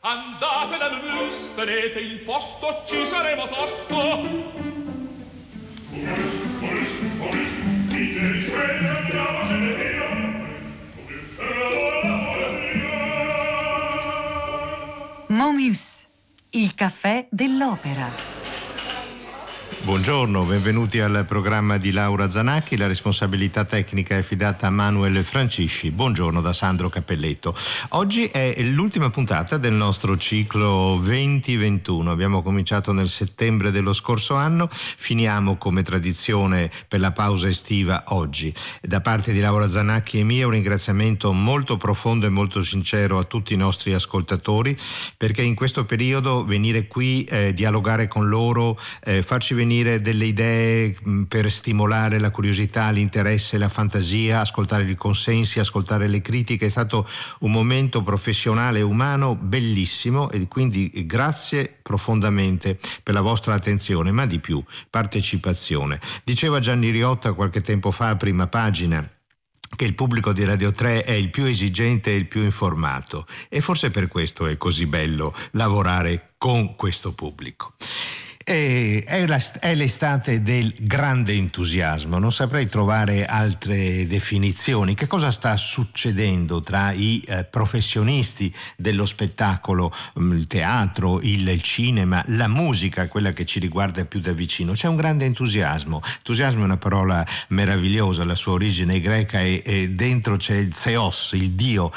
Andate dal mus, tenete il posto, ci saremo tosto. Momus, il caffè dell'opera. Buongiorno, benvenuti al programma di Laura Zanacchi. La responsabilità tecnica è affidata a Manuel Francisci. Buongiorno da Sandro Cappelletto. Oggi è l'ultima puntata del nostro ciclo 2021. Abbiamo cominciato nel settembre dello scorso anno, finiamo come tradizione per la pausa estiva oggi. Da parte di Laura Zanacchi e mia un ringraziamento molto profondo e molto sincero a tutti i nostri ascoltatori, perché in questo periodo venire qui, dialogare con loro, farci venire delle idee per stimolare la curiosità, l'interesse, la fantasia, ascoltare i consensi, ascoltare le critiche, è stato un momento professionale e umano bellissimo, e quindi grazie profondamente per la vostra attenzione, ma di più, partecipazione. Diceva Gianni Riotta qualche tempo fa a Prima Pagina che il pubblico di Radio 3 è il più esigente e il più informato, e forse per questo è così bello lavorare con questo pubblico. È l'estate del grande entusiasmo, non saprei trovare altre definizioni. Che cosa sta succedendo tra i professionisti dello spettacolo, il teatro, il cinema, la musica, quella che ci riguarda più da vicino? C'è un grande entusiasmo. Entusiasmo è una parola meravigliosa, la sua origine è greca e dentro c'è il theos, il Dio,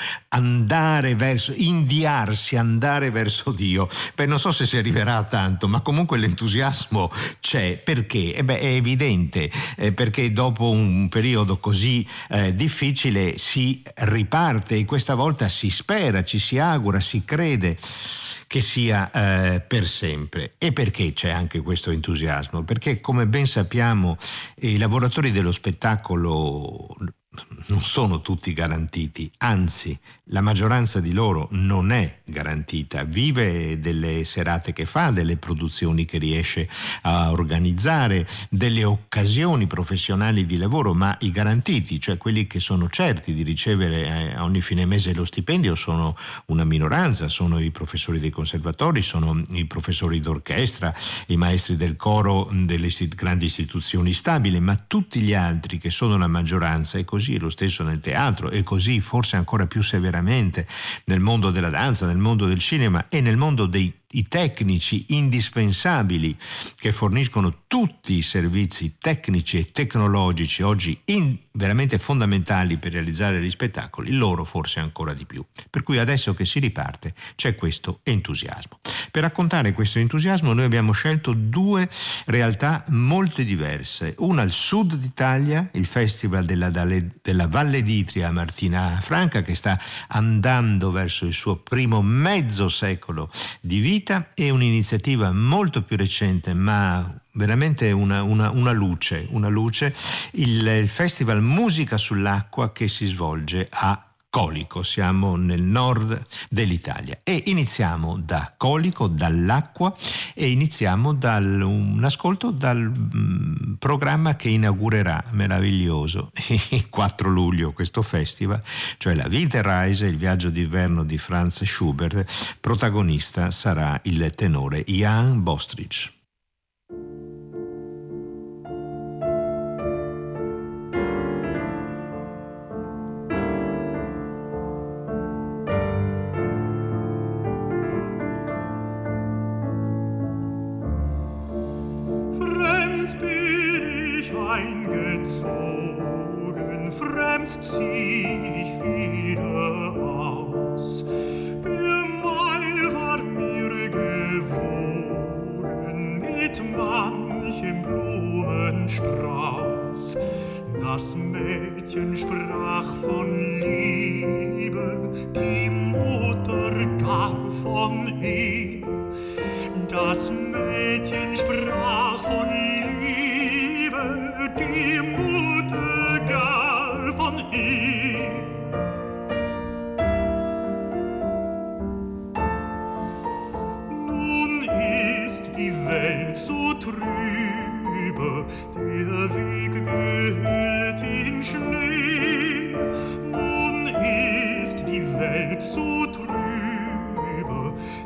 indiarsi, andare verso Dio. Beh, non so se si arriverà a tanto, ma comunque l'entusiasmo c'è. Perché? È evidente, perché dopo un periodo così difficile si riparte, e questa volta si spera, ci si augura, si crede che sia per sempre. E perché c'è anche questo entusiasmo? Perché, come ben sappiamo, i lavoratori dello spettacolo non sono tutti garantiti, anzi la maggioranza di loro non è garantita, vive delle serate che fa, delle produzioni che riesce a organizzare, delle occasioni professionali di lavoro, ma i garantiti, cioè quelli che sono certi di ricevere a ogni fine mese lo stipendio, sono una minoranza, sono i professori dei conservatori, sono i professori d'orchestra, i maestri del coro delle grandi istituzioni stabili, ma tutti gli altri che sono la maggioranza, e così lo stesso nel teatro, e così forse ancora più severamente nel mondo della danza, nel mondo del cinema e nel mondo dei tecnici indispensabili che forniscono tutti i servizi tecnici e tecnologici oggi veramente fondamentali per realizzare gli spettacoli, loro forse ancora di più. Per cui adesso che si riparte c'è questo entusiasmo. Per raccontare questo entusiasmo noi abbiamo scelto due realtà molto diverse. Una al sud d'Italia, il Festival della Valle d'Itria a Martina Franca, che sta andando verso il suo primo mezzo secolo di vita, e un'iniziativa molto più recente, ma veramente una luce, il Festival Musica sull'Acqua, che si svolge a Colico. Siamo nel nord dell'Italia e iniziamo da Colico, dall'acqua, e iniziamo un ascolto dal programma che inaugurerà, meraviglioso, il 4 luglio questo festival, cioè la Winterreise, il viaggio d'inverno di Franz Schubert. Protagonista sarà il tenore Jan Bostrich. Fremd zieh ich wieder aus. Bemal war mir gewogen mit manchem Blumenstrauß. Das Mädchen sprach von Liebe, die Mutter gar von ihm. Das Mädchen sprach von Liebe, die Mutter gar von ihm. Nun ist die Welt so trübe, der Weg gehüllt in Schnee. Nun ist die Welt so trübe,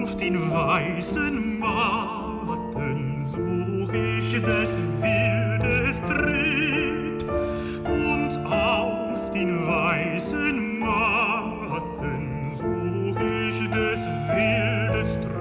auf den weißen Matten such ich des Wildes Tritt, und auf den weißen Matten such ich des Wildes Tritt.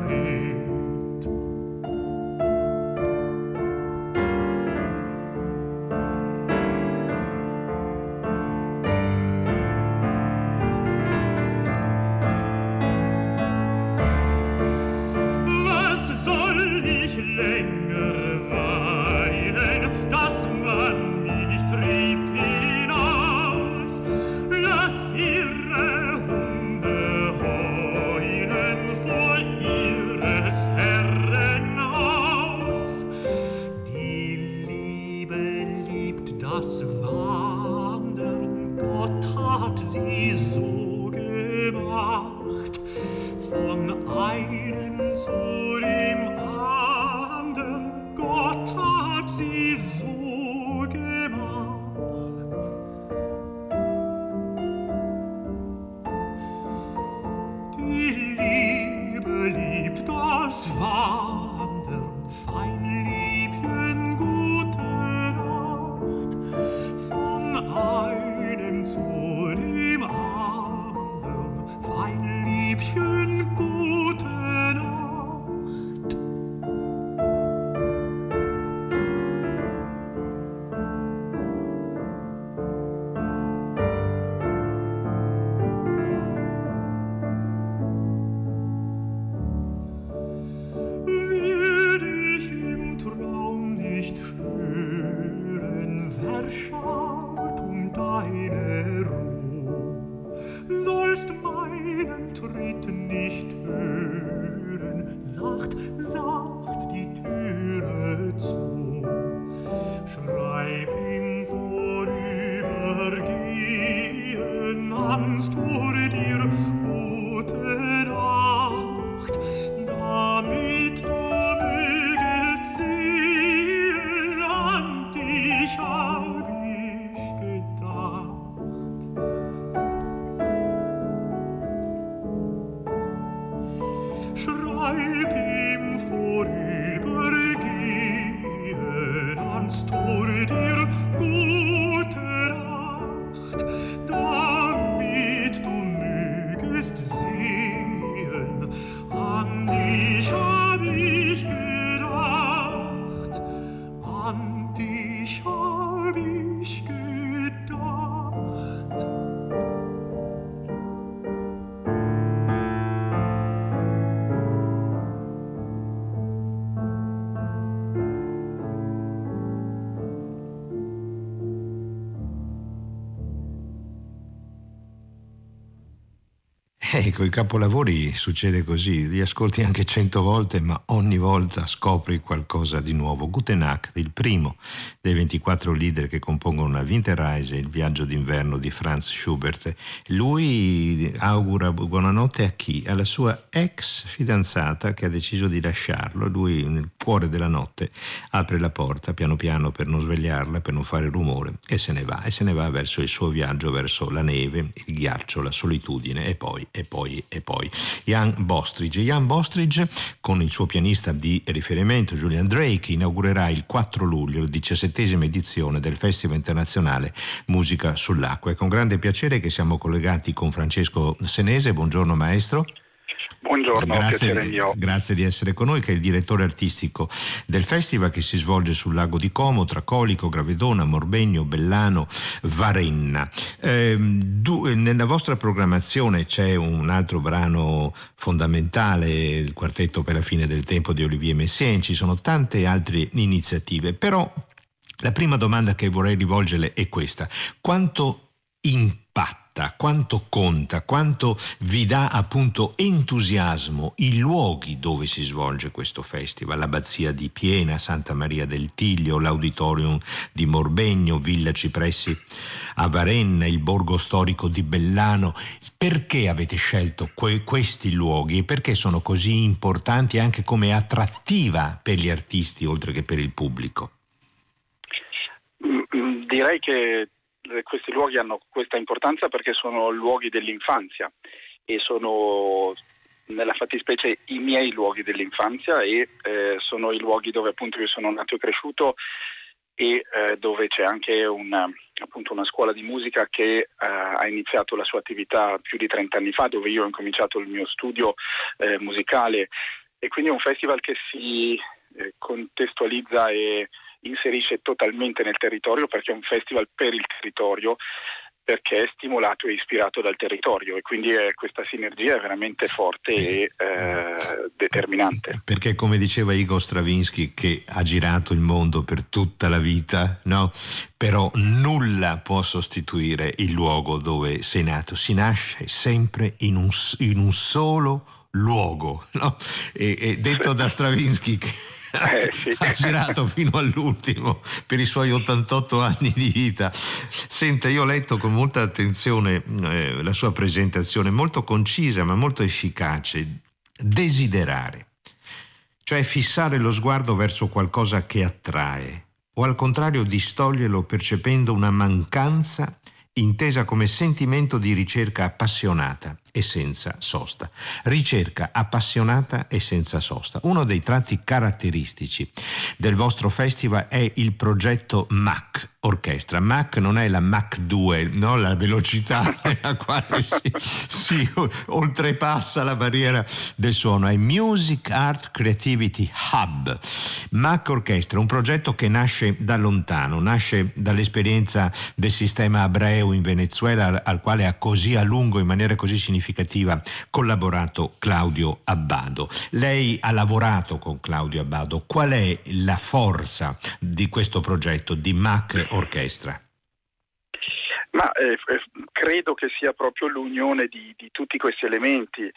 Con i capolavori succede così, li ascolti anche 100 volte, ma ogni volta scopri qualcosa di nuovo. Gute Nacht, il primo dei 24 leader che compongono la Winterreise, il viaggio d'inverno di Franz Schubert. Lui augura buonanotte a chi? Alla sua ex fidanzata che ha deciso di lasciarlo. Lui nel cuore della notte apre la porta piano piano per non svegliarla, per non fare rumore, e se ne va verso il suo viaggio, verso la neve, il ghiaccio, la solitudine e poi Jan Bostridge con il suo pianista di riferimento Julian Drake inaugurerà il 4 luglio la 17ª edizione del Festival Internazionale Musica sull'Acqua. È con grande piacere che siamo collegati con Francesco Senese. Buongiorno maestro. Buongiorno, piacere mio. Grazie di essere con noi, che è il direttore artistico del festival che si svolge sul lago di Como, tra Colico, Gravedona, Morbegno, Bellano, Varenna. Nella vostra programmazione c'è un altro brano fondamentale, il quartetto per la fine del tempo di Olivier Messiaen, ci sono tante altre iniziative, però la prima domanda che vorrei rivolgerle è questa: quanto impatta, quanto conta, quanto vi dà appunto entusiasmo i luoghi dove si svolge questo festival? L'abbazia di Piena, Santa Maria del Tiglio, l'auditorium di Morbegno, Villa Cipressi a Varenna, il borgo storico di Bellano. Perché avete scelto questi luoghi e perché sono così importanti anche come attrattiva per gli artisti oltre che per il pubblico? Direi che questi luoghi hanno questa importanza perché sono luoghi dell'infanzia e sono nella fattispecie i miei luoghi dell'infanzia e sono i luoghi dove appunto io sono nato e cresciuto e dove c'è anche appunto una scuola di musica che ha iniziato la sua attività più di 30 anni fa, dove io ho incominciato il mio studio musicale, e quindi è un festival che si contestualizza e inserisce totalmente nel territorio, perché è un festival per il territorio, perché è stimolato e ispirato dal territorio, e quindi questa sinergia è veramente forte e determinante. Perché, come diceva Igor Stravinsky, che ha girato il mondo per tutta la vita, no? Però nulla può sostituire il luogo dove sei nato. Si nasce sempre in un solo luogo, no? E detto da Stravinsky, che Sì. ha girato fino all'ultimo per i suoi 88 anni di vita. Senta, io ho letto con molta attenzione la sua presentazione, molto concisa ma molto efficace. Desiderare, cioè fissare lo sguardo verso qualcosa che attrae, o al contrario distoglierlo percependo una mancanza intesa come sentimento di ricerca appassionata e senza sosta. Ricerca appassionata e senza sosta. Uno dei tratti caratteristici del vostro festival è il progetto Mach Orchestra. Mach non è la Mach 2, no? La velocità alla quale si oltrepassa la barriera del suono. È Music Art Creativity Hub. Mach Orchestra, un progetto che nasce da lontano, nasce dall'esperienza del sistema Abreu in Venezuela, al quale ha così a lungo, in maniera così significativa, collaborato Claudio Abbado. Lei ha lavorato con Claudio Abbado. Qual è la forza di questo progetto di Mach Orchestra? Ma credo che sia proprio l'unione di tutti questi elementi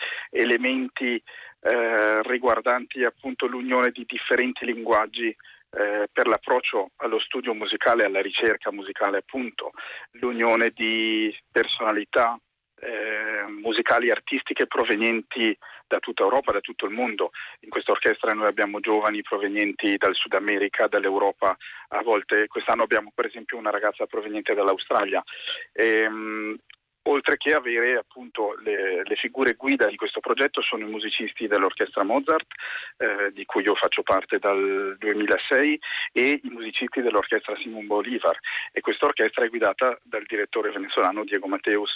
riguardanti appunto l'unione di differenti linguaggi per l'approccio allo studio musicale e alla ricerca musicale, appunto l'unione di personalità musicali e artistiche provenienti da tutta Europa, da tutto il mondo. In questa orchestra noi abbiamo giovani provenienti dal Sud America, dall'Europa, a volte quest'anno abbiamo per esempio una ragazza proveniente dall'Australia. Oltre che avere appunto le figure guida di questo progetto sono i musicisti dell'orchestra Mozart, di cui io faccio parte dal 2006, e i musicisti dell'orchestra Simón Bolívar, e questa orchestra è guidata dal direttore venezuelano Diego Mateus.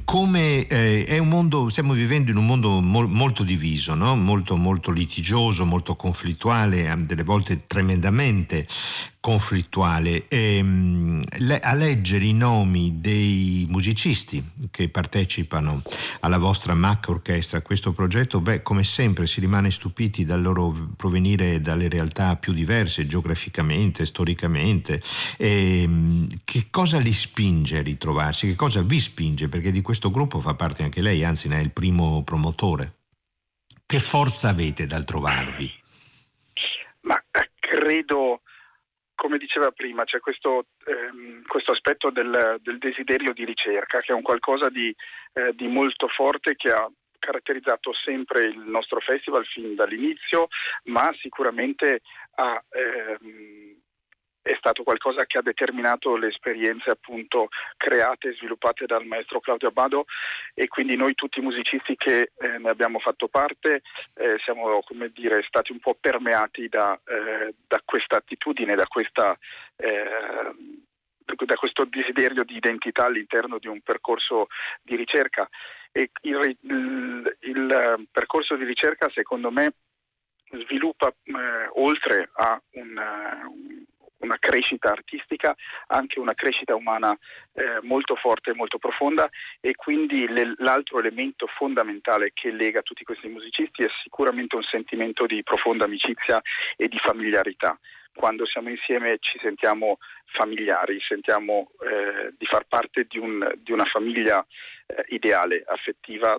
come è un mondo, stiamo vivendo in un mondo molto diviso, no? Molto litigioso, molto conflittuale, delle volte tremendamente conflittuale. A leggere i nomi dei musicisti che partecipano alla vostra MAC Orchestra, a questo progetto, come sempre si rimane stupiti dal loro provenire dalle realtà più diverse, geograficamente, storicamente. Che cosa li spinge a ritrovarsi? Che cosa vi spinge? Perché di questo gruppo fa parte anche lei, anzi ne è il primo promotore. Che forza avete dal trovarvi? Ma credo, come diceva prima, c'è questo aspetto del desiderio di ricerca, che è un qualcosa di molto forte, che ha caratterizzato sempre il nostro festival fin dall'inizio, ma sicuramente è stato qualcosa che ha determinato le esperienze appunto create e sviluppate dal maestro Claudio Abbado, e quindi noi tutti i musicisti che ne abbiamo fatto parte siamo, come dire, stati un po' permeati da questa attitudine, da questo desiderio di identità all'interno di un percorso di ricerca. E il percorso di ricerca, secondo me, sviluppa oltre a una crescita artistica, anche una crescita umana molto forte e molto profonda, e quindi l'altro elemento fondamentale che lega tutti questi musicisti è sicuramente un sentimento di profonda amicizia e di familiarità. Quando siamo insieme ci sentiamo familiari, sentiamo di far parte di una famiglia ideale, affettiva,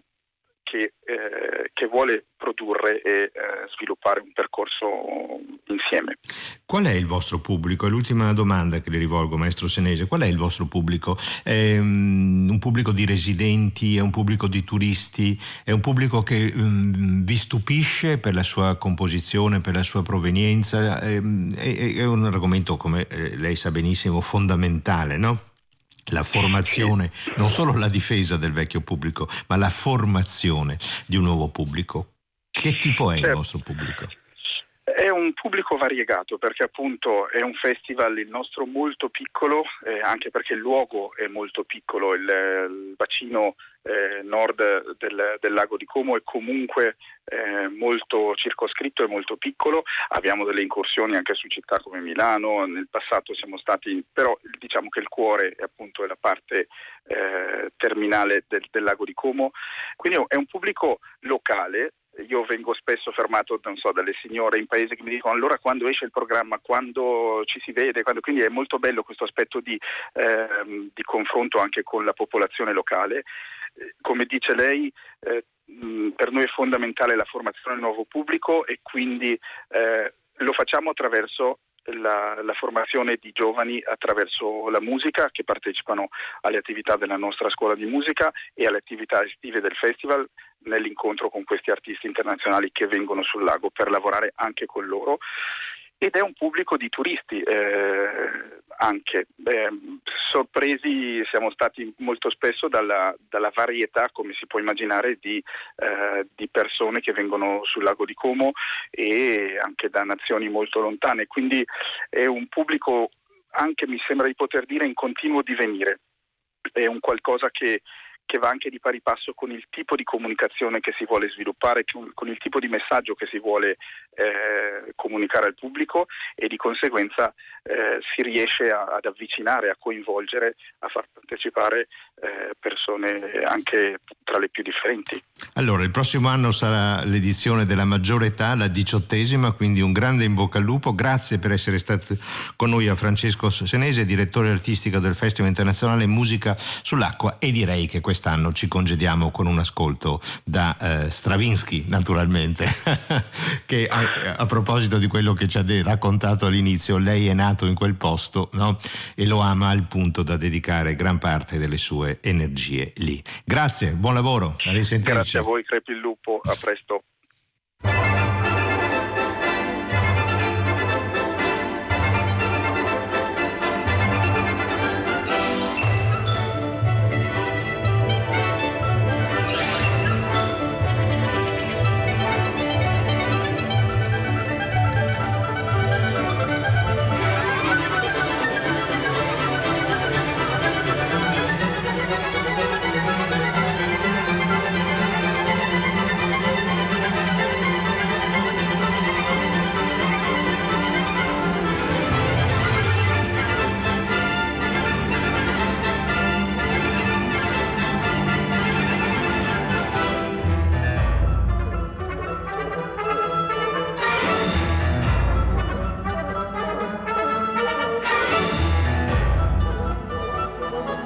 che vuole produrre e sviluppare un percorso insieme. Qual è il vostro pubblico? È l'ultima domanda che le rivolgo, maestro Senese. Qual è il vostro pubblico? È un pubblico di residenti? È un pubblico di turisti? È un pubblico che vi stupisce per la sua composizione, per la sua provenienza? È un argomento, come lei sa benissimo, fondamentale, no? La formazione, non solo la difesa del vecchio pubblico, ma la formazione di un nuovo pubblico. Che tipo è il vostro pubblico? È un pubblico variegato, perché appunto è un festival, il nostro, molto piccolo, anche perché il luogo è molto piccolo, il bacino nord del lago di Como è comunque molto circoscritto e molto piccolo. Abbiamo delle incursioni anche su città come Milano, nel passato siamo stati, però diciamo che il cuore è appunto la parte terminale del lago di Como, quindi è un pubblico locale. Io vengo spesso fermato, non so, dalle signore in paese che mi dicono: allora quando esce il programma, quando ci si vede, quindi è molto bello questo aspetto di confronto anche con la popolazione locale. Come dice lei, per noi è fondamentale la formazione del nuovo pubblico, e quindi lo facciamo attraverso la formazione di giovani, attraverso la musica, che partecipano alle attività della nostra scuola di musica e alle attività estive del festival, nell'incontro con questi artisti internazionali che vengono sul lago per lavorare anche con loro. Ed è un pubblico di turisti anche. Sorpresi siamo stati molto spesso dalla varietà, come si può immaginare, di persone che vengono sul lago di Como, e anche da nazioni molto lontane. Quindi è un pubblico, anche mi sembra di poter dire, in continuo divenire. È un qualcosa che va anche di pari passo con il tipo di comunicazione che si vuole sviluppare, con il tipo di messaggio che si vuole comunicare al pubblico, e di conseguenza si riesce ad avvicinare, a coinvolgere, a far partecipare persone anche tra le più differenti. Allora, il prossimo anno sarà l'edizione della maggiore età, la 18ª, quindi un grande in bocca al lupo. Grazie per essere stato con noi a Francesco Senese, direttore artistico del Festival Internazionale Musica sull'Acqua, e direi che quest'anno ci congediamo con un ascolto da Stravinsky, naturalmente, che a proposito di quello che ci ha raccontato all'inizio, lei è nato in quel posto, no? E lo ama al punto da dedicare gran parte delle sue energie lì. Grazie, buon lavoro, a risentirci. Grazie a voi, crepi il lupo, a presto.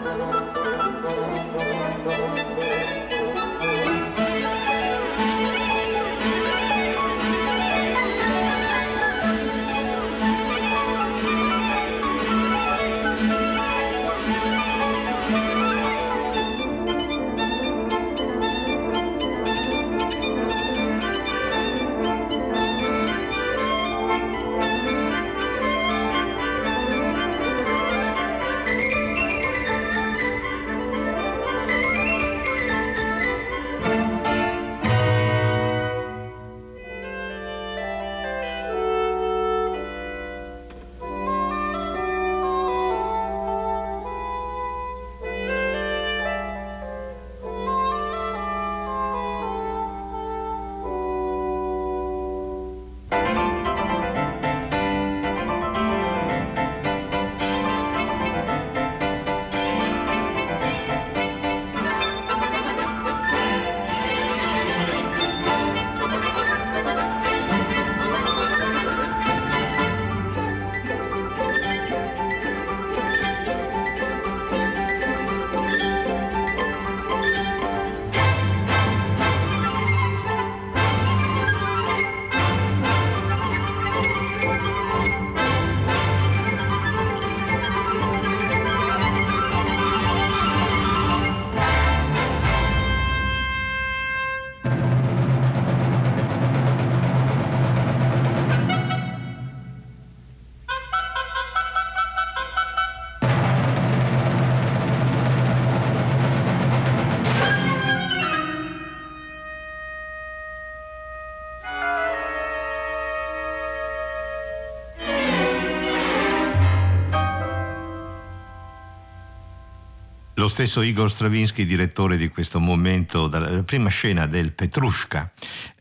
Lo stesso Igor Stravinsky, direttore di questo momento, dalla prima scena del Petrushka,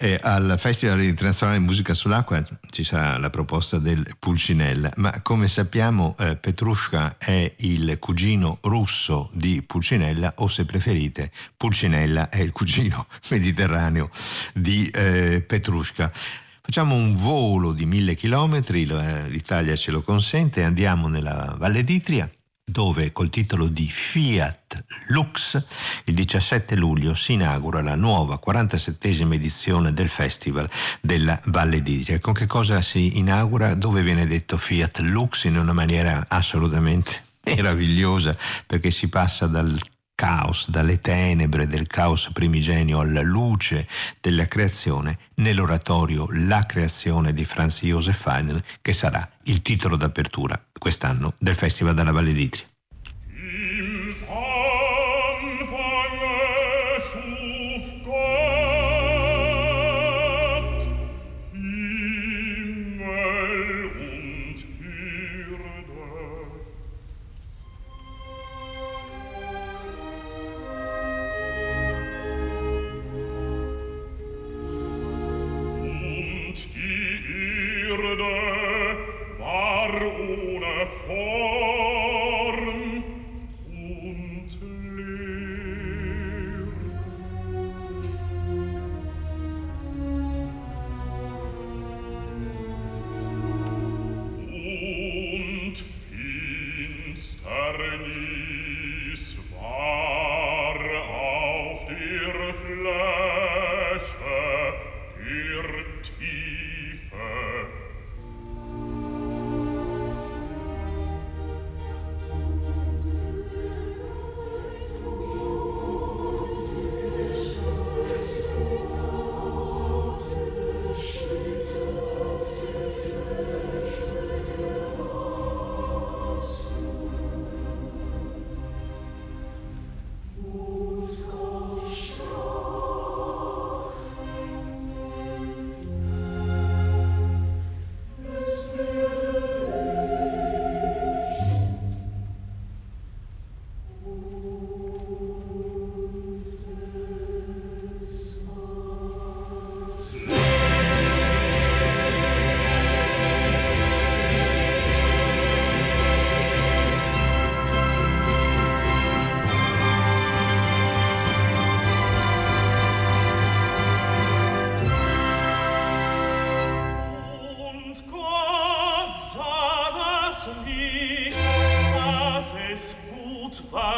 al Festival Internazionale di Musica sull'Acqua ci sarà la proposta del Pulcinella, ma come sappiamo Petrushka è il cugino russo di Pulcinella, o se preferite Pulcinella è il cugino mediterraneo di Petrushka. Facciamo un volo di 1000 chilometri, l'Italia ce lo consente, andiamo nella Valle d'Itria, dove col titolo di Fiat Lux il 17 luglio si inaugura la nuova 47esima edizione del Festival della Valle d'Itria. Con che cosa si inaugura? Dove viene detto Fiat Lux in una maniera assolutamente meravigliosa, perché si passa dal caos, dalle tenebre del caos primigenio alla luce della creazione, nell'oratorio La creazione di Franz Josef Haydn, che sarà il titolo d'apertura quest'anno del Festival della Valle d'Itria.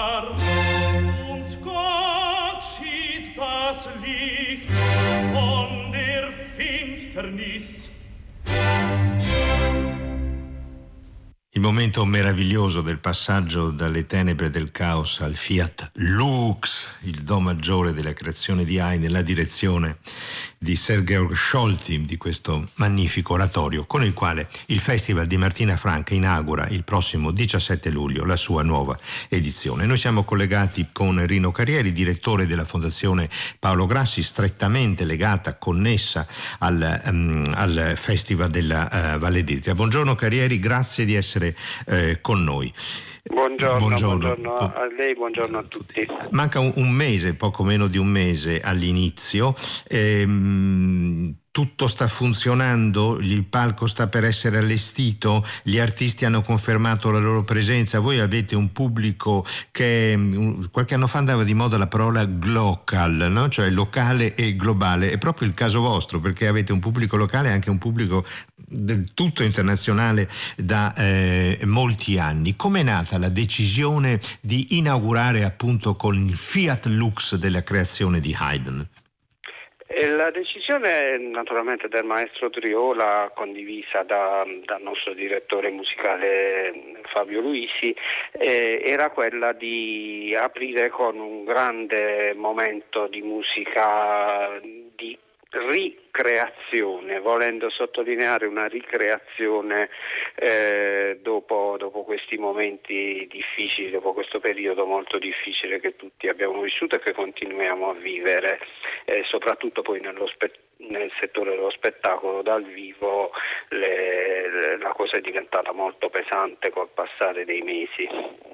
Star. Und Gott schied das Licht von der Finsternis. Il momento meraviglioso del passaggio dalle tenebre del caos al Fiat Lux, il do maggiore della creazione di Haydn, la direzione di Sergei Scholti, di questo magnifico oratorio con il quale il Festival di Martina Franca inaugura il prossimo 17 luglio la sua nuova edizione. Noi siamo collegati con Rino Carrieri, direttore della Fondazione Paolo Grassi, strettamente legata, connessa al Festival della Valle d'Itria. Buongiorno Carrieri, grazie di essere con noi. Buongiorno a lei, buongiorno a tutti. Manca un mese, poco meno di un mese all'inizio. Tutto sta funzionando, il palco sta per essere allestito, gli artisti hanno confermato la loro presenza, voi avete un pubblico che qualche anno fa andava di moda la parola glocal, no? Cioè locale e globale, è proprio il caso vostro perché avete un pubblico locale e anche un pubblico del tutto internazionale da molti anni. Com'è nata la decisione di inaugurare appunto con il Fiat Lux della creazione di Haydn? La decisione naturalmente del maestro Triola, condivisa dal nostro direttore musicale Fabio Luisi, era quella di aprire con un grande momento di musica di ricreazione, volendo sottolineare una ricreazione dopo questi momenti difficili, dopo questo periodo molto difficile che tutti abbiamo vissuto e che continuiamo a vivere, soprattutto poi nel settore dello spettacolo dal vivo. La cosa è diventata molto pesante col passare dei mesi.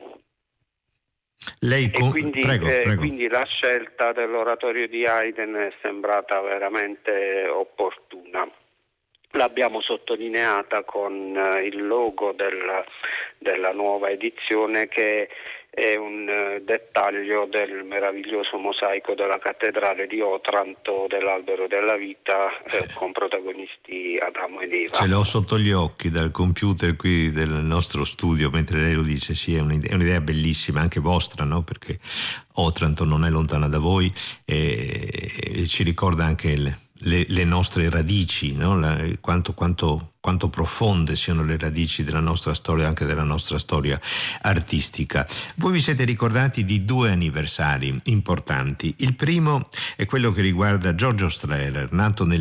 Quindi la scelta dell'oratorio di Haydn è sembrata veramente opportuna. L'abbiamo sottolineata con il logo della nuova edizione, che è un dettaglio del meraviglioso mosaico della cattedrale di Otranto dell'Albero della Vita, con protagonisti Adamo ed Eva. Ce l'ho sotto gli occhi dal computer qui del nostro studio mentre lei lo dice. Sì, è un'idea bellissima, anche vostra, no? Perché Otranto non è lontana da voi e ci ricorda anche le nostre radici, no? Quanto profonde siano le radici della nostra storia, anche della nostra storia artistica. Voi vi siete ricordati di 2 anniversari importanti. Il primo è quello che riguarda Giorgio Strehler, nato nel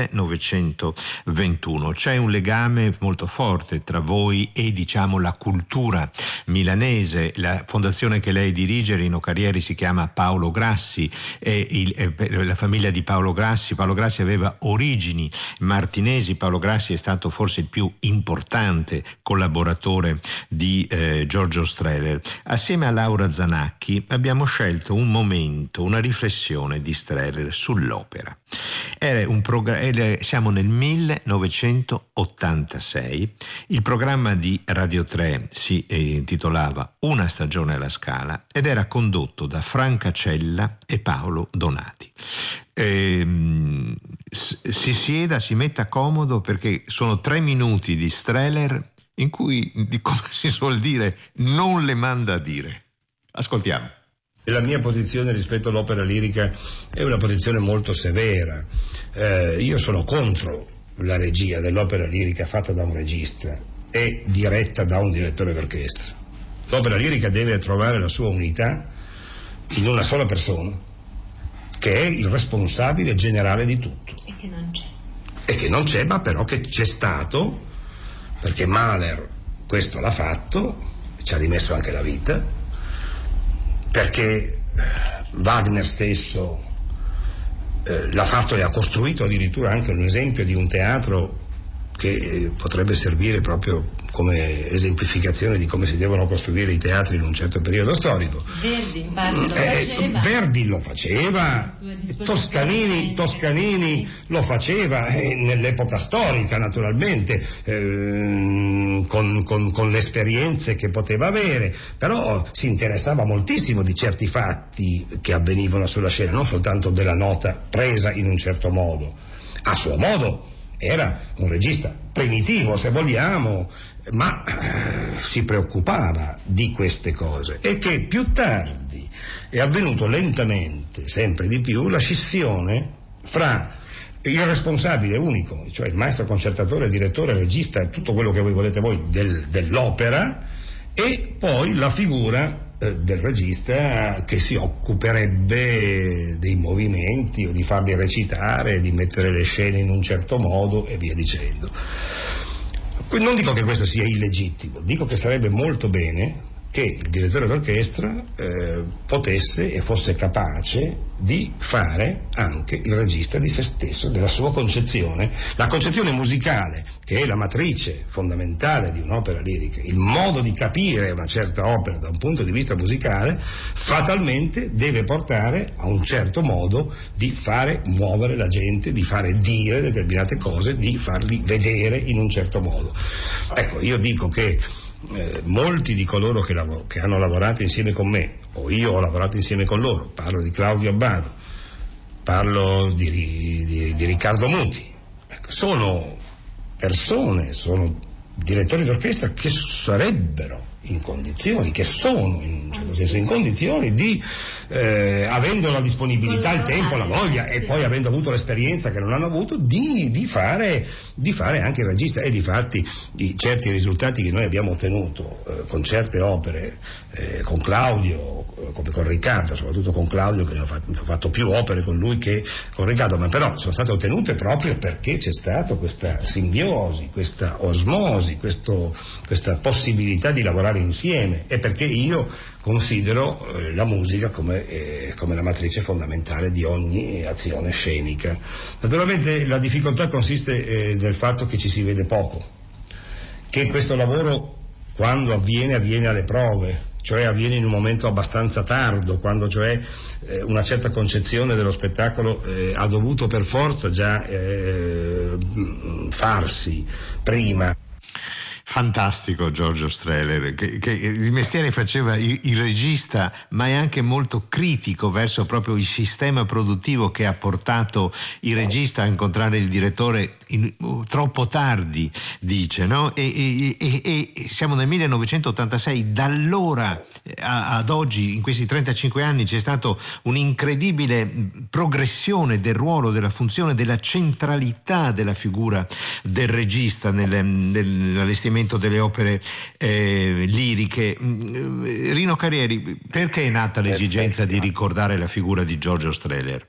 1921. C'è un legame molto forte tra voi e, diciamo, la cultura milanese. La fondazione che lei dirige, Rino Carrieri, si chiama Paolo Grassi, la famiglia di Paolo Grassi. Paolo Grassi aveva origini martinesi. Paolo Grassi è stato forse il più importante collaboratore di Giorgio Strehler. Assieme a Laura Zanacchi abbiamo scelto un momento, una riflessione di Strehler sull'opera. Siamo nel 1986, il programma di Radio 3 si intitolava Una stagione alla Scala ed era condotto da Franca Cella e Paolo Donati. Si sieda, si metta comodo, perché sono 3 minuti di Strehler in cui, come si suol dire, non le manda a dire. Ascoltiamo. La mia posizione rispetto all'opera lirica è una posizione molto severa. Io sono contro la regia dell'opera lirica fatta da un regista e diretta da un direttore d'orchestra. L'opera lirica deve trovare la sua unità in una sola persona, che è il responsabile generale di tutto. E che non c'è, ma però che c'è stato, perché Mahler questo l'ha fatto, ci ha rimesso anche la vita, perché Wagner stesso l'ha fatto e ha costruito addirittura anche un esempio di un teatro che potrebbe servire proprio come esemplificazione di come si devono costruire i teatri in un certo periodo storico. Verdi lo faceva, Toscanini lo faceva nell'epoca storica, naturalmente, con le esperienze che poteva avere, però si interessava moltissimo di certi fatti che avvenivano sulla scena, non soltanto della nota presa in un certo modo, a suo modo era un regista primitivo, se vogliamo, ma si preoccupava di queste cose, e che più tardi è avvenuto lentamente, sempre di più, la scissione fra il responsabile unico, cioè il maestro concertatore, direttore, regista e tutto quello che voi volete voi dell'opera, e poi la figura del regista che si occuperebbe dei movimenti o di farli recitare, di mettere le scene in un certo modo e via dicendo. Non dico che questo sia illegittimo, dico che sarebbe molto bene che il direttore d'orchestra potesse e fosse capace di fare anche il regista di se stesso, della sua concezione, la concezione musicale, che è la matrice fondamentale di un'opera lirica, il modo di capire una certa opera da un punto di vista musicale, fatalmente deve portare a un certo modo di fare muovere la gente, di fare dire determinate cose, di farli vedere in un certo modo. Ecco, io dico che molti di coloro che hanno lavorato insieme con me, o io ho lavorato insieme con loro, parlo di Claudio Abbado, parlo di Riccardo Muti, ecco, sono persone, sono direttori d'orchestra che sarebbero in condizioni, che sono in un certo senso in condizioni di, avendo la disponibilità, il tempo, la voglia e poi avendo avuto l'esperienza che non hanno avuto, di fare anche il regista. E difatti certi risultati che noi abbiamo ottenuto con certe opere, con Claudio, come con Riccardo, soprattutto con Claudio, che ne ho fatto più opere con lui che con Riccardo, ma però sono state ottenute proprio perché c'è stata questa simbiosi, questa osmosi, questa possibilità di lavorare insieme, e perché io considero la musica come la matrice fondamentale di ogni azione scenica. Naturalmente la difficoltà consiste nel fatto che ci si vede poco, che questo lavoro, quando avviene alle prove, cioè avviene in un momento abbastanza tardo, quando cioè una certa concezione dello spettacolo ha dovuto per forza già farsi prima. Fantastico Giorgio Strehler, che il mestiere faceva il regista, ma è anche molto critico verso proprio il sistema produttivo che ha portato il regista a incontrare il direttore troppo tardi, dice, no? E siamo nel 1986, da allora ad oggi, in questi 35 anni, c'è stata un'incredibile progressione del ruolo, della funzione, della centralità della figura del regista nell'allestimento delle opere liriche. Rino Carrieri, perché è nata l'esigenza di ricordare la figura di Giorgio Strehler?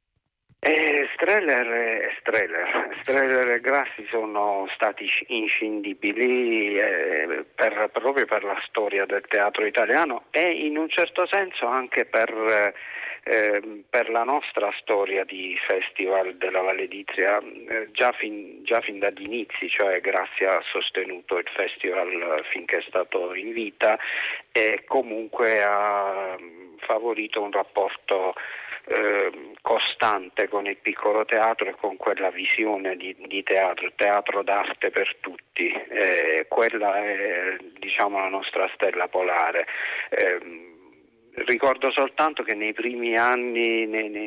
Strehler e Grassi sono stati inscindibili proprio per la storia del teatro italiano e in un certo senso anche per la nostra storia di festival della Valle d'Itria. Già fin dagli inizi, cioè Grassi ha sostenuto il festival finché è stato in vita e comunque ha favorito un rapporto costante con il piccolo teatro e con quella visione di teatro d'arte per tutti. Quella è, diciamo, la nostra stella polare. Ricordo soltanto che nei primi anni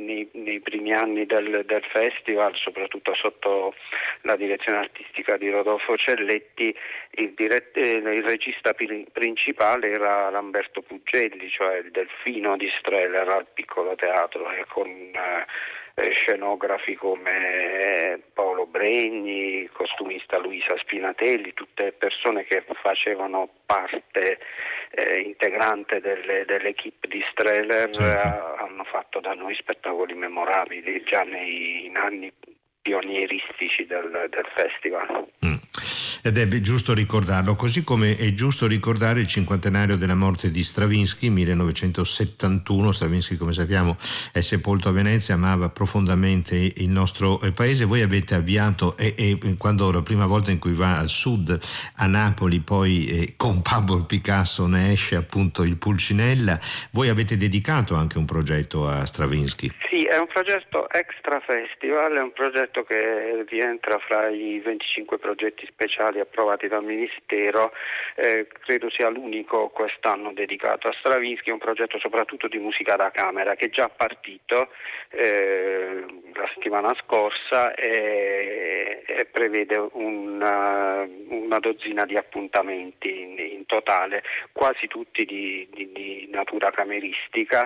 del festival, soprattutto sotto la direzione artistica di Rodolfo Celletti, il regista principale era Lamberto Puggelli, cioè il delfino di Strehler al piccolo teatro, con scenografi come Paolo Bregni, costumista Luisa Spinatelli, tutte persone che facevano parte integrante dell'equipe di Strehler. Hanno fatto da noi spettacoli memorabili già in anni pionieristici del festival. Ed è giusto ricordarlo, così come è giusto ricordare il cinquantenario della morte di Stravinsky, 1971. Stravinsky, come sappiamo, è sepolto a Venezia, amava profondamente il nostro paese. Voi avete avviato, e quando la prima volta in cui va al sud, a Napoli, poi con Pablo Picasso ne esce appunto il Pulcinella, voi avete dedicato anche un progetto a Stravinsky. Sì, è un progetto extra festival, è un progetto che rientra fra i 25 progetti speciali stati approvati dal Ministero, credo sia l'unico quest'anno dedicato a Stravinsky, un progetto soprattutto di musica da camera che è già partito la settimana scorsa e prevede una dozzina di appuntamenti in totale, quasi tutti di natura cameristica.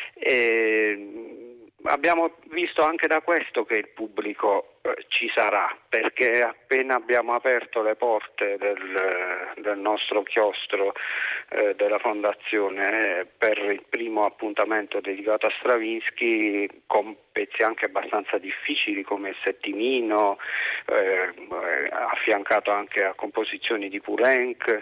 Abbiamo visto anche da questo che il pubblico ci sarà, perché appena abbiamo aperto le porte del nostro chiostro della Fondazione per il primo appuntamento dedicato a Stravinsky, con pezzi anche abbastanza difficili come il Settimino, affiancato anche a composizioni di Poulenc,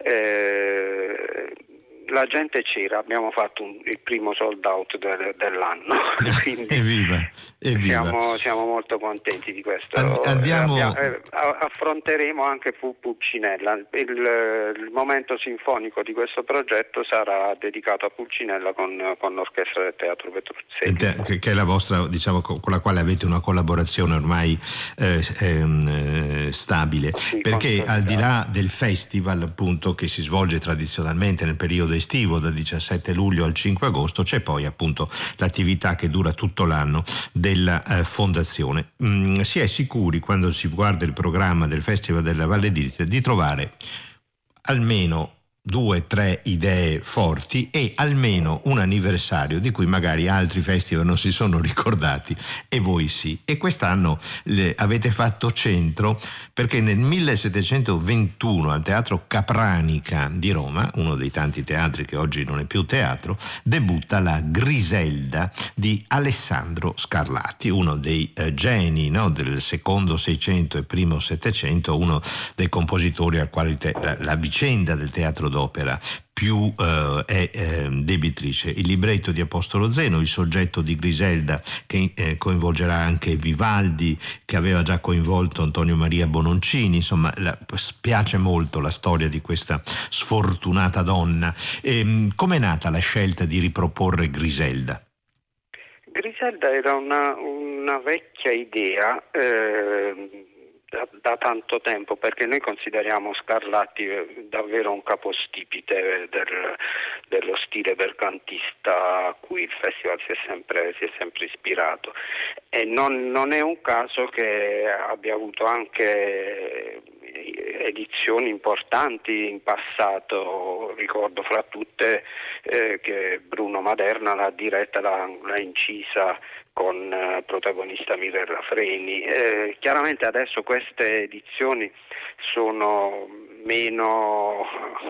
la gente c'era, abbiamo fatto il primo sold out dell'anno, quindi evviva. Siamo molto contenti di questo. Affronteremo anche Pulcinella, il momento sinfonico di questo progetto sarà dedicato a Pulcinella con l'orchestra del Teatro Petruzzelli, che è la vostra, diciamo, con la quale avete una collaborazione ormai stabile, sì, perché al di là del festival appunto che si svolge tradizionalmente nel periodo estivo dal 17 luglio al 5 agosto, c'è poi appunto l'attività che dura tutto l'anno della fondazione. Si è sicuri, quando si guarda il programma del Festival della Valle d'Itria, di trovare almeno 2-3 idee forti e almeno un anniversario di cui magari altri festival non si sono ricordati e voi sì. E quest'anno avete fatto centro perché nel 1721 al Teatro Capranica di Roma, uno dei tanti teatri che oggi non è più teatro, debutta la Griselda di Alessandro Scarlatti, uno dei geni, no, del secondo Seicento e primo Settecento, uno dei compositori al quale la vicenda del teatro d'opera più è debitrice. Il libretto di Apostolo Zeno, il soggetto di Griselda che coinvolgerà anche Vivaldi, che aveva già coinvolto Antonio Maria Bononcini, insomma piace molto la storia di questa sfortunata donna. Com'è nata la scelta di riproporre Griselda? Griselda era una vecchia idea da tanto tempo, perché noi consideriamo Scarlatti davvero un capostipite dello stile belcantista a cui il festival si è sempre ispirato, e non è un caso che abbia avuto anche edizioni importanti in passato. Ricordo fra tutte che Bruno Maderna l'ha diretta, l'ha incisa con protagonista Mirella Freni. Chiaramente adesso queste edizioni sono meno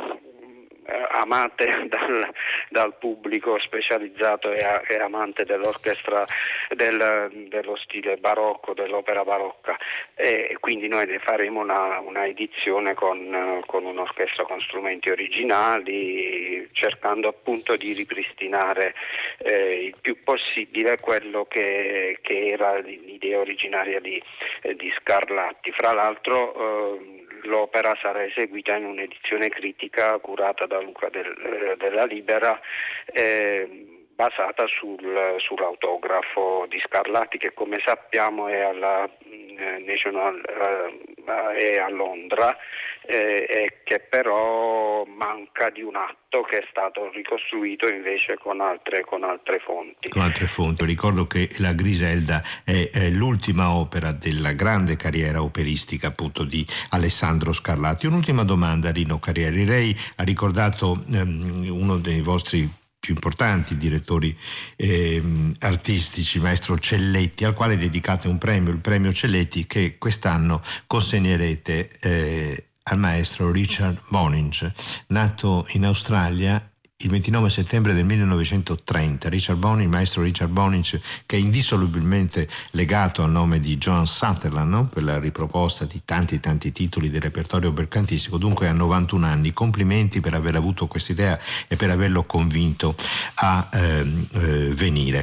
amate dal pubblico specializzato e amante dell'orchestra dello stile barocco, dell'opera barocca, e quindi noi ne faremo una edizione con un'orchestra con strumenti originali, cercando appunto di ripristinare il più possibile quello che era l'idea originaria di Scarlatti. Fra l'altro l'opera sarà eseguita in un'edizione critica curata da Luca della Libera, basata sull'autografo di Scarlatti, che come sappiamo è alla National è a Londra, e che però manca di un atto che è stato ricostruito invece con altre fonti. Con altre fonti. Ricordo che la Griselda è l'ultima opera della grande carriera operistica appunto di Alessandro Scarlatti. Un'ultima domanda, Rino Carrieri. Lei ha ricordato uno dei vostri più importanti direttori artistici, maestro Celletti, al quale dedicate un premio, il premio Celletti, che quest'anno consegnerete al maestro Richard Boninch, nato in Australia il 29 settembre del 1930. Il maestro Richard Boninch, che è indissolubilmente legato al nome di Joan Sutherland, no? Per la riproposta di tanti titoli del repertorio belcantistico. Dunque ha 91 anni. Complimenti per aver avuto quest'idea e per averlo convinto a venire.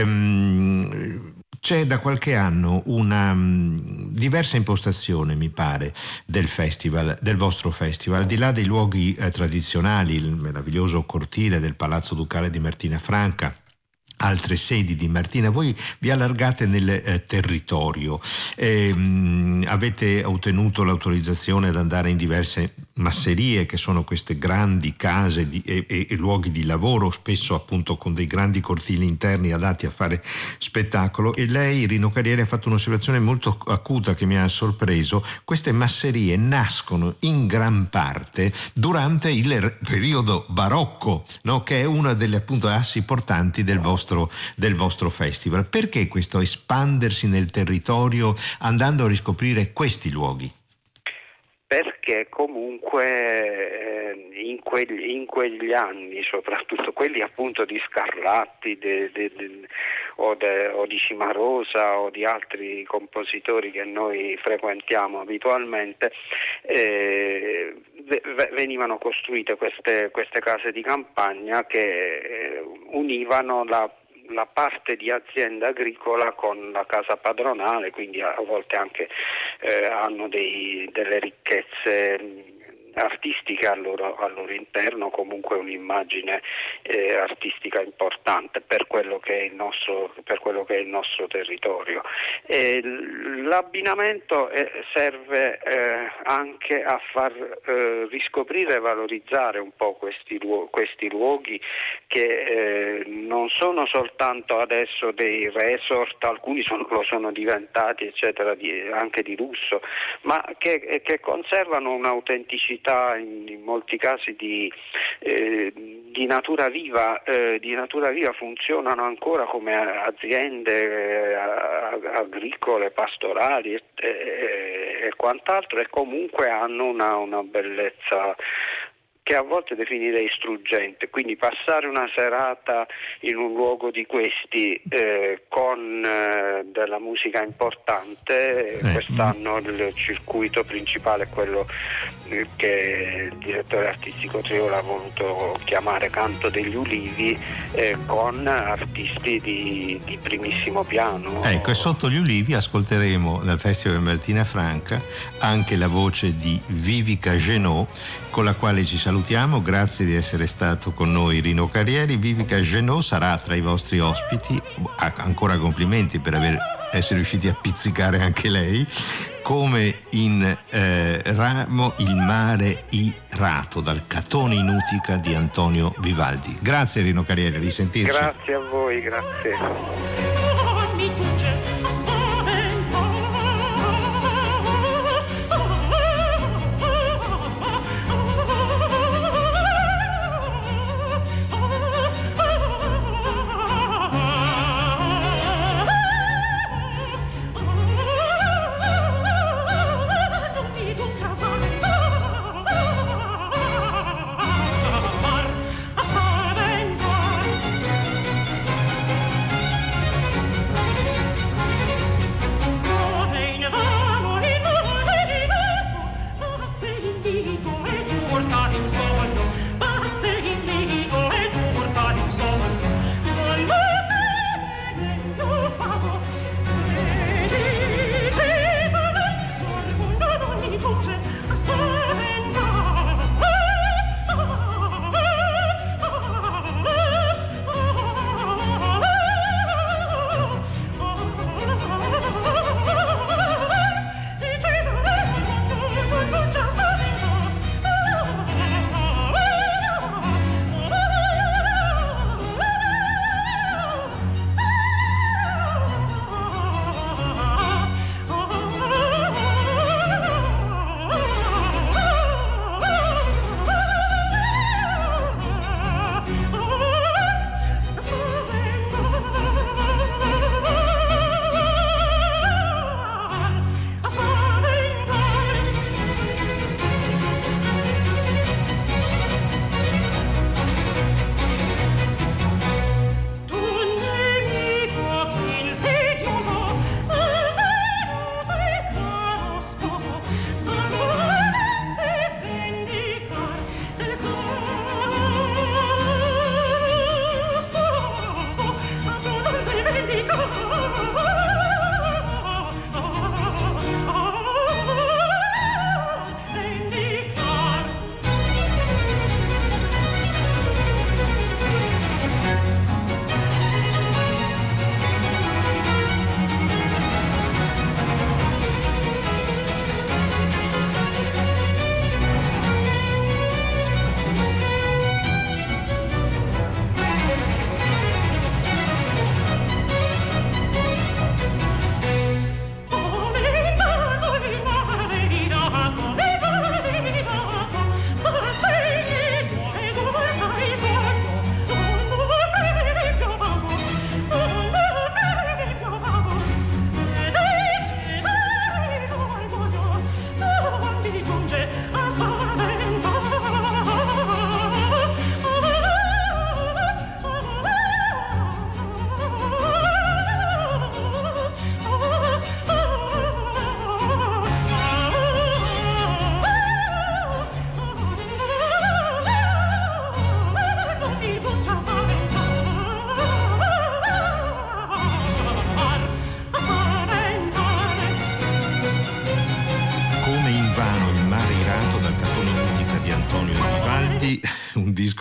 C'è da qualche anno una diversa impostazione, mi pare, del vostro festival, al di là dei luoghi tradizionali, il meraviglioso cortile del Palazzo Ducale di Martina Franca, altre sedi di Martina, voi vi allargate nel territorio, avete ottenuto l'autorizzazione ad andare in diverse masserie, che sono queste grandi case e luoghi di lavoro, spesso appunto con dei grandi cortili interni adatti a fare spettacolo. E lei, Rino Carrieri, ha fatto un'osservazione molto acuta che mi ha sorpreso: queste masserie nascono in gran parte durante il periodo barocco, no? Che è una delle appunto assi portanti del vostro festival. Perché questo espandersi nel territorio andando a riscoprire questi luoghi? Perché comunque in quegli anni, soprattutto quelli appunto di Scarlatti o di Cimarosa o di altri compositori che noi frequentiamo abitualmente, venivano costruite queste case di campagna che univano la parte di azienda agricola con la casa padronale, quindi a volte anche hanno delle ricchezze artistiche al loro interno, comunque un'immagine artistica importante per quello che è il nostro territorio. L'abbinamento serve anche a far riscoprire e valorizzare un po' questi luoghi che non sono soltanto adesso dei resort, alcuni lo sono diventati, eccetera, anche di lusso, ma che conservano un'autenticità in molti casi di natura viva, funzionano ancora come aziende agricole, pastorali e quant'altro, e comunque hanno una bellezza che a volte definirei struggente. Quindi passare una serata in un luogo di questi con della musica importante, quest'anno il circuito principale è quello che il direttore artistico Triola ha voluto chiamare Canto degli Ulivi, con artisti di primissimo piano. Ecco, e sotto gli ulivi ascolteremo dal Festival Martina Franca anche la voce di Vivica Genot, con la quale ci salutiamo. Grazie di essere stato con noi, Rino Carrieri. Vivica Genot sarà tra i vostri ospiti, ancora complimenti per essere riusciti a pizzicare anche lei, come in Ramo il mare irato, dal Catone in Utica di Antonio Vivaldi. Grazie Rino Carrieri, a risentirci. Grazie a voi, grazie. Mi giunge a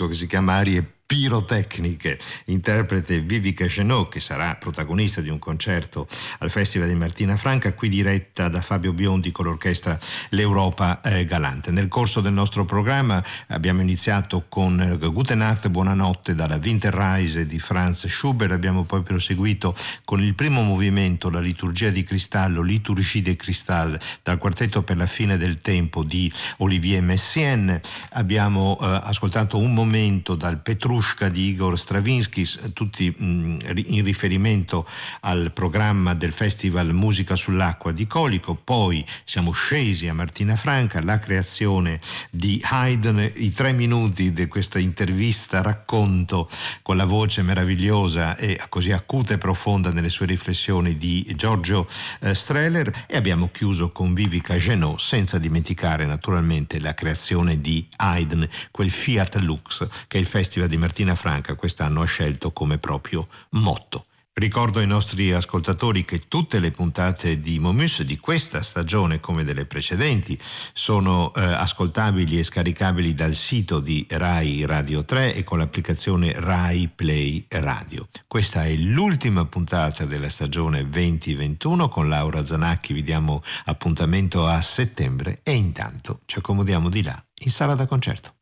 disco che si chiama Arie pirotecniche, interprete Vivica Genot, che sarà protagonista di un concerto al Festival di Martina Franca, qui diretta da Fabio Biondi con l'orchestra L'Europa Galante. Nel corso del nostro programma abbiamo iniziato con Gute Nacht, buonanotte dalla Winterreise di Franz Schubert, abbiamo poi proseguito con il primo movimento, la liturgia di cristallo, Liturgie de Cristal, dal quartetto per la fine del tempo di Olivier Messiaen. Abbiamo ascoltato un momento dal Petrushka di Igor Stravinsky, tutti in riferimento al programma del Festival Musica sull'acqua di Colico. Poi siamo scesi a Martina Franca, la creazione di Haydn, i 3 minuti di questa intervista racconto con la voce meravigliosa e così acuta e profonda nelle sue riflessioni di Giorgio Strehler, e abbiamo chiuso con Vivica Genot, senza dimenticare naturalmente la creazione di Haydn, quel Fiat Lux che il Festival di Martina Franca quest'anno ha scelto come proprio motto. Ricordo ai nostri ascoltatori che tutte le puntate di Momus di questa stagione, come delle precedenti, sono ascoltabili e scaricabili dal sito di Rai Radio 3 e con l'applicazione Rai Play Radio. Questa è l'ultima puntata della stagione 2021. Con Laura Zanacchi vi diamo appuntamento a settembre e intanto ci accomodiamo di là in sala da concerto.